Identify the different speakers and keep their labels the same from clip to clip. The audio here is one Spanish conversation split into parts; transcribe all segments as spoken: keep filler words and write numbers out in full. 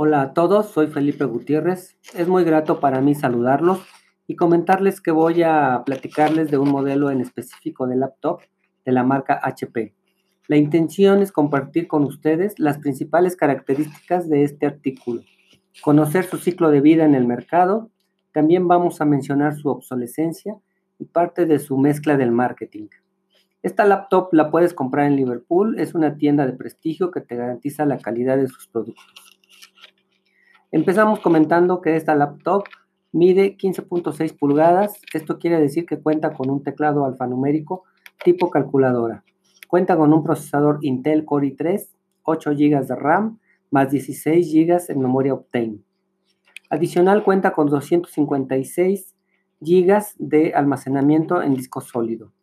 Speaker 1: Hola a todos, soy Felipe Gutiérrez. Es muy grato para mí saludarlos y comentarles que voy a platicarles de un modelo en específico de laptop de la marca H P. La intención es compartir con ustedes las principales características de este artículo, conocer su ciclo de vida en el mercado, también vamos a mencionar su obsolescencia y parte de su mezcla del marketing. Esta laptop la puedes comprar en Liverpool, es una tienda de prestigio que te garantiza la calidad de sus productos. Empezamos comentando que esta laptop mide quince punto seis pulgadas. Esto quiere decir que cuenta con un teclado alfanumérico tipo calculadora. Cuenta con un procesador Intel Core i tres, ocho gigas de RAM, más dieciséis gigas en memoria Optane. Adicional cuenta con doscientos cincuenta y seis gigas de almacenamiento en disco sólido.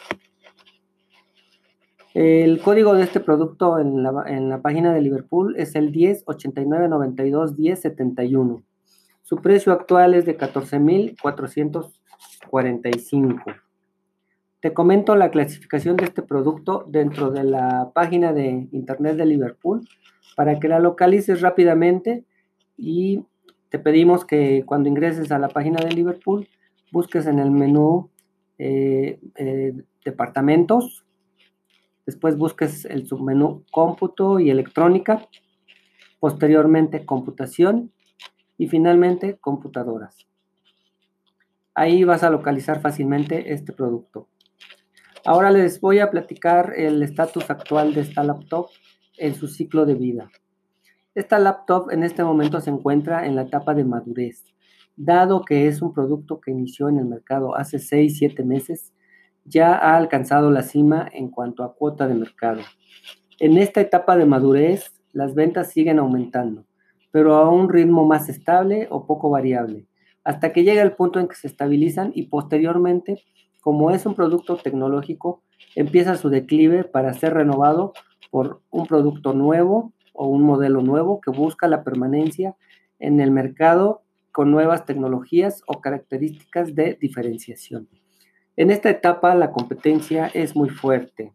Speaker 1: El código de este producto en la, en la página de Liverpool es el diez ochenta y nueve noventa y dos diez setenta y uno. Su precio actual es de catorce mil cuatrocientos cuarenta y cinco. Te comento la clasificación de este producto dentro de la página de internet de Liverpool para que la localices rápidamente, y te pedimos que cuando ingreses a la página de Liverpool busques en el menú eh, eh, departamentos. Después busques el submenú cómputo y electrónica, posteriormente computación y finalmente computadoras. Ahí vas a localizar fácilmente este producto. Ahora les voy a platicar el estatus actual de esta laptop en su ciclo de vida. Esta laptop en este momento se encuentra en la etapa de madurez. Dado que es un producto que inició en el mercado hace seis siete meses, ya ha alcanzado la cima en cuanto a cuota de mercado. En esta etapa de madurez, las ventas siguen aumentando, pero a un ritmo más estable o poco variable, hasta que llega el punto en que se estabilizan y posteriormente, como es un producto tecnológico, empieza su declive para ser renovado por un producto nuevo o un modelo nuevo que busca la permanencia en el mercado con nuevas tecnologías o características de diferenciación. En esta etapa la competencia es muy fuerte.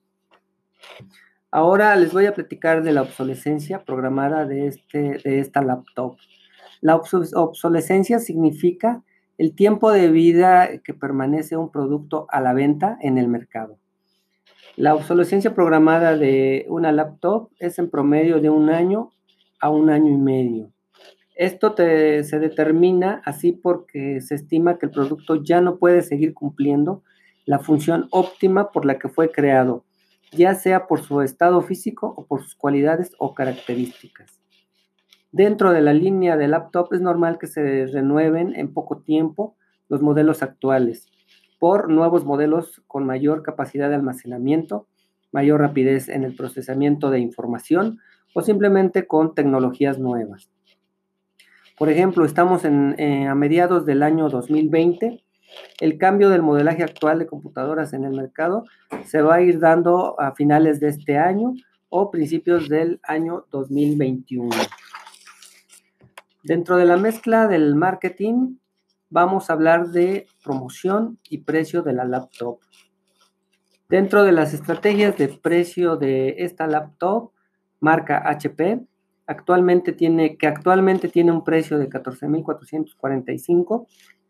Speaker 1: Ahora les voy a platicar de la obsolescencia programada de, este, de esta laptop. La obsolescencia significa el tiempo de vida que permanece un producto a la venta en el mercado. La obsolescencia programada de una laptop es en promedio de un año a un año y medio. Esto te, se determina así porque se estima que el producto ya no puede seguir cumpliendo la función óptima por la que fue creado, ya sea por su estado físico o por sus cualidades o características. Dentro de la línea de laptop es normal que se renueven en poco tiempo los modelos actuales por nuevos modelos con mayor capacidad de almacenamiento, mayor rapidez en el procesamiento de información o simplemente con tecnologías nuevas. Por ejemplo, estamos en, eh, a mediados del año dos mil veinte. El cambio del modelaje actual de computadoras en el mercado se va a ir dando a finales de este año o principios del año dos mil veintiuno. Dentro de la mezcla del marketing, vamos a hablar de promoción y precio de la laptop. Dentro de las estrategias de precio de esta laptop, marca H P, actualmente tiene, que actualmente tiene un precio de catorce mil cuatrocientos cuarenta y cinco,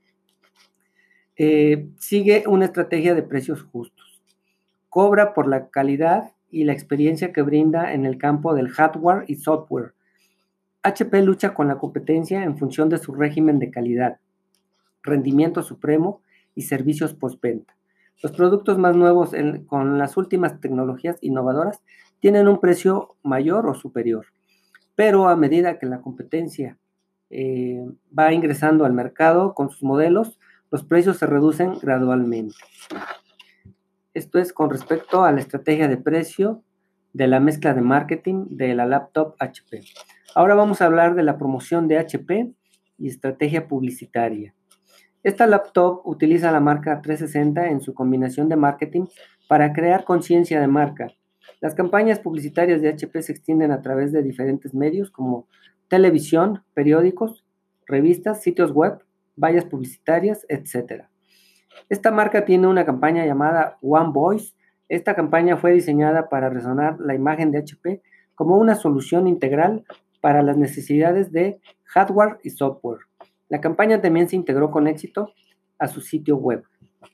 Speaker 1: eh, sigue una estrategia de precios justos. Cobra por la calidad y la experiencia que brinda en el campo del hardware y software. H P lucha con la competencia en función de su régimen de calidad, rendimiento supremo y servicios postventa. Los productos más nuevos en, con las últimas tecnologías innovadoras tienen un precio mayor o superior, pero a medida que la competencia eh, va ingresando al mercado con sus modelos, los precios se reducen gradualmente. Esto es con respecto a la estrategia de precio de la mezcla de marketing de la laptop H P. Ahora vamos a hablar de la promoción de H P y estrategia publicitaria. Esta laptop utiliza la marca trescientos sesenta en su combinación de marketing para crear conciencia de marca. Las campañas publicitarias de H P se extienden a través de diferentes medios como televisión, periódicos, revistas, sitios web, vallas publicitarias, etcétera. Esta marca tiene una campaña llamada One Voice. Esta campaña fue diseñada para resonar la imagen de H P como una solución integral para las necesidades de hardware y software. La campaña también se integró con éxito a su sitio web.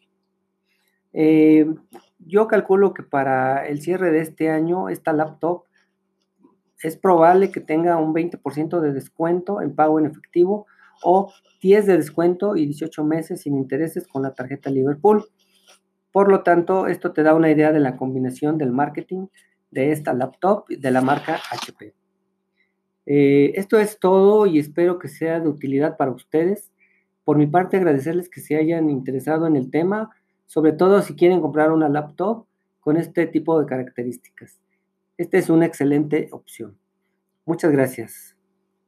Speaker 1: Eh, yo calculo que para el cierre de este año, esta laptop es probable que tenga un veinte por ciento de descuento en pago en efectivo o diez de descuento y dieciocho meses sin intereses con la tarjeta Liverpool. Por lo tanto, esto te da una idea de la combinación del marketing de esta laptop de la marca H P. Eh, esto es todo y espero que sea de utilidad para ustedes. Por mi parte, agradecerles que se hayan interesado en el tema, sobre todo si quieren comprar una laptop con este tipo de características. Esta es una excelente opción. Muchas gracias.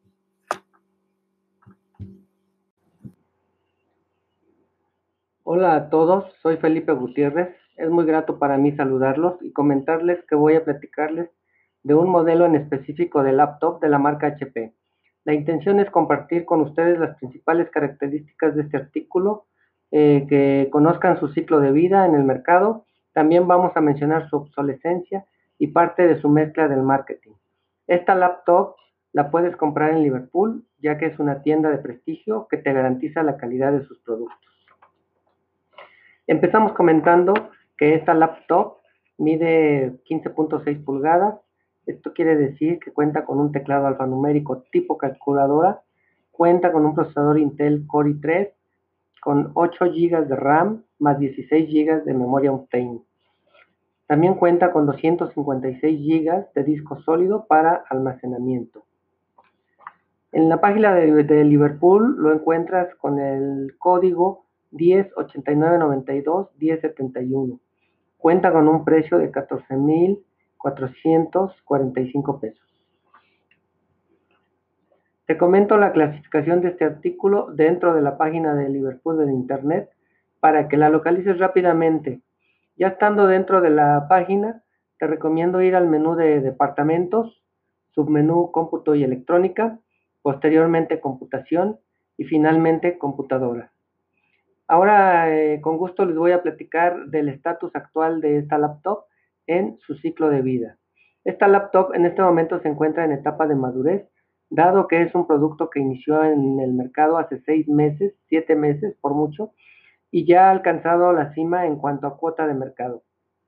Speaker 1: Hola a todos, soy Felipe Gutiérrez. Es muy grato para mí saludarlos y comentarles que voy a platicarles de un modelo en específico de laptop de la marca H P. La intención es compartir con ustedes las principales características de este artículo, eh, que conozcan su ciclo de vida en el mercado. También vamos a mencionar su obsolescencia y parte de su mezcla del marketing. Esta laptop la puedes comprar en Liverpool, ya que es una tienda de prestigio que te garantiza la calidad de sus productos. Empezamos comentando que esta laptop mide quince punto seis pulgadas. Esto quiere decir que cuenta con un teclado alfanumérico tipo calculadora, cuenta con un procesador Intel Core i tres con ocho gigas de RAM más dieciséis gigas de memoria Optane. También cuenta con doscientos cincuenta y seis gigas de disco sólido para almacenamiento. En la página de, de Liverpool lo encuentras con el código diez ochenta y nueve noventa y dos diez setenta y uno. Cuenta con un precio de catorce mil cuatrocientos cuarenta y cinco pesos. Te comento la clasificación de este artículo dentro de la página de Liverpool en internet para que la localices rápidamente. Ya estando dentro de la página, te recomiendo ir al menú de departamentos, submenú cómputo y electrónica, posteriormente computación y finalmente computadora. Ahora, eh, con gusto les voy a platicar del estatus actual de esta laptop en su ciclo de vida. Esta laptop en este momento se encuentra en etapa de madurez, dado que es un producto que inició en el mercado hace seis meses, siete meses por mucho, y ya ha alcanzado la cima en cuanto a cuota de mercado.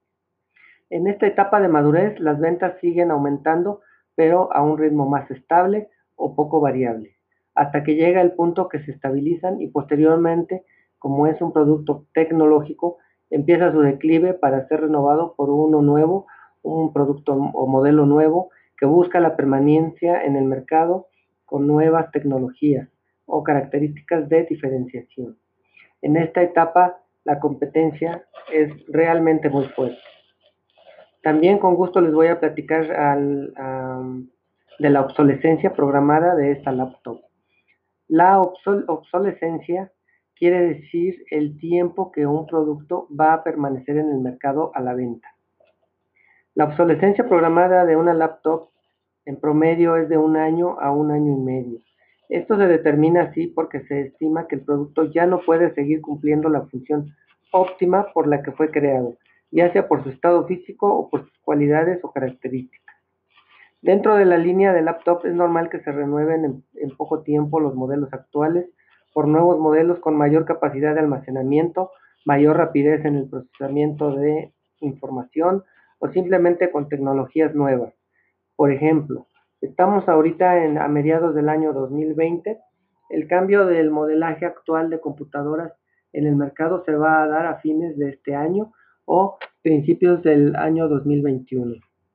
Speaker 1: En esta etapa de madurez, las ventas siguen aumentando, pero a un ritmo más estable o poco variable, hasta que llega el punto que se estabilizan y posteriormente, como es un producto tecnológico, empieza su declive para ser renovado por uno nuevo, un producto o modelo nuevo que busca la permanencia en el mercado con nuevas tecnologías o características de diferenciación. En esta etapa, la competencia es realmente muy fuerte. También con gusto les voy a platicar al, um, de la obsolescencia programada de esta laptop. La obsol obsolescencia quiere decir el tiempo que un producto va a permanecer en el mercado a la venta. La obsolescencia programada de una laptop en promedio es de un año a un año y medio. Esto se determina así porque se estima que el producto ya no puede seguir cumpliendo la función óptima por la que fue creado, ya sea por su estado físico o por sus cualidades o características. Dentro de la línea de laptop es normal que se renueven en, en poco tiempo los modelos actuales por nuevos modelos con mayor capacidad de almacenamiento, mayor rapidez en el procesamiento de información o simplemente con tecnologías nuevas. Por ejemplo, estamos ahorita en, a mediados del año dos mil veinte, el cambio del modelaje actual de computadoras en el mercado se va a dar a fines de este año o principios del año dos mil veintiuno.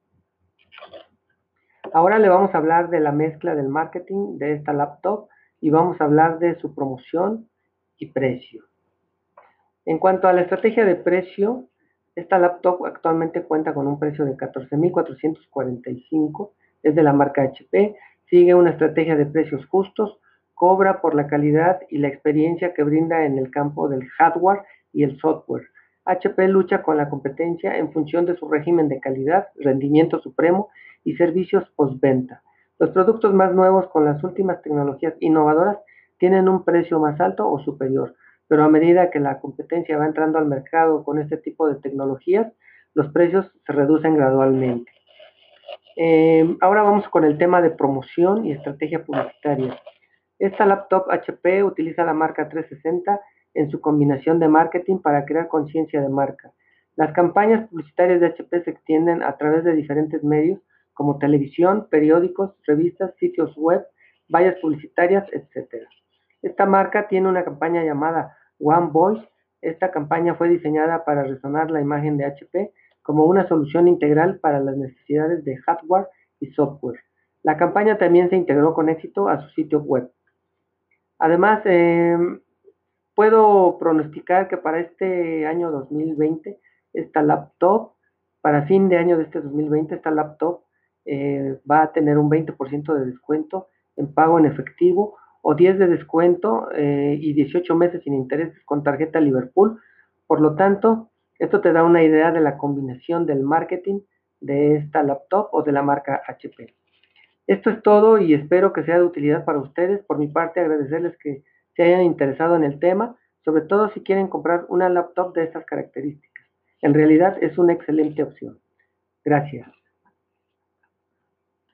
Speaker 1: Ahora le vamos a hablar de la mezcla del marketing de esta laptop y vamos a hablar de su promoción y precio. En cuanto a la estrategia de precio, esta laptop actualmente cuenta con un precio de catorce mil cuatrocientos cuarenta y cinco, es de la marca H P, sigue una estrategia de precios justos, cobra por la calidad y la experiencia que brinda en el campo del hardware y el software. H P lucha con la competencia en función de su régimen de calidad, rendimiento supremo y servicios postventa. Los productos más nuevos con las últimas tecnologías innovadoras tienen un precio más alto o superior, pero a medida que la competencia va entrando al mercado con este tipo de tecnologías, los precios se reducen gradualmente. Eh, ahora vamos con el tema de promoción y estrategia publicitaria. Esta laptop H P utiliza la marca trescientos sesenta en su combinación de marketing para crear conciencia de marca. Las campañas publicitarias de H P se extienden a través de diferentes medios como televisión, periódicos, revistas, sitios web, vallas publicitarias, etcétera. Esta marca tiene una campaña llamada One Voice. Esta campaña fue diseñada para resonar la imagen de H P como una solución integral para las necesidades de hardware y software. La campaña también se integró con éxito a su sitio web. Además, eh, puedo pronosticar que para este año dos mil veinte, esta laptop, para fin de año de este dos mil veinte, esta laptop eh, va a tener un veinte por ciento de descuento en pago en efectivo o diez de descuento eh, y dieciocho meses sin intereses con tarjeta Liverpool. Por lo tanto, esto te da una idea de la combinación del marketing de esta laptop o de la marca H P. Esto es todo y espero que sea de utilidad para ustedes. Por mi parte, agradecerles que se hayan interesado en el tema, sobre todo si quieren comprar una laptop de estas características. En realidad es una excelente opción. Gracias.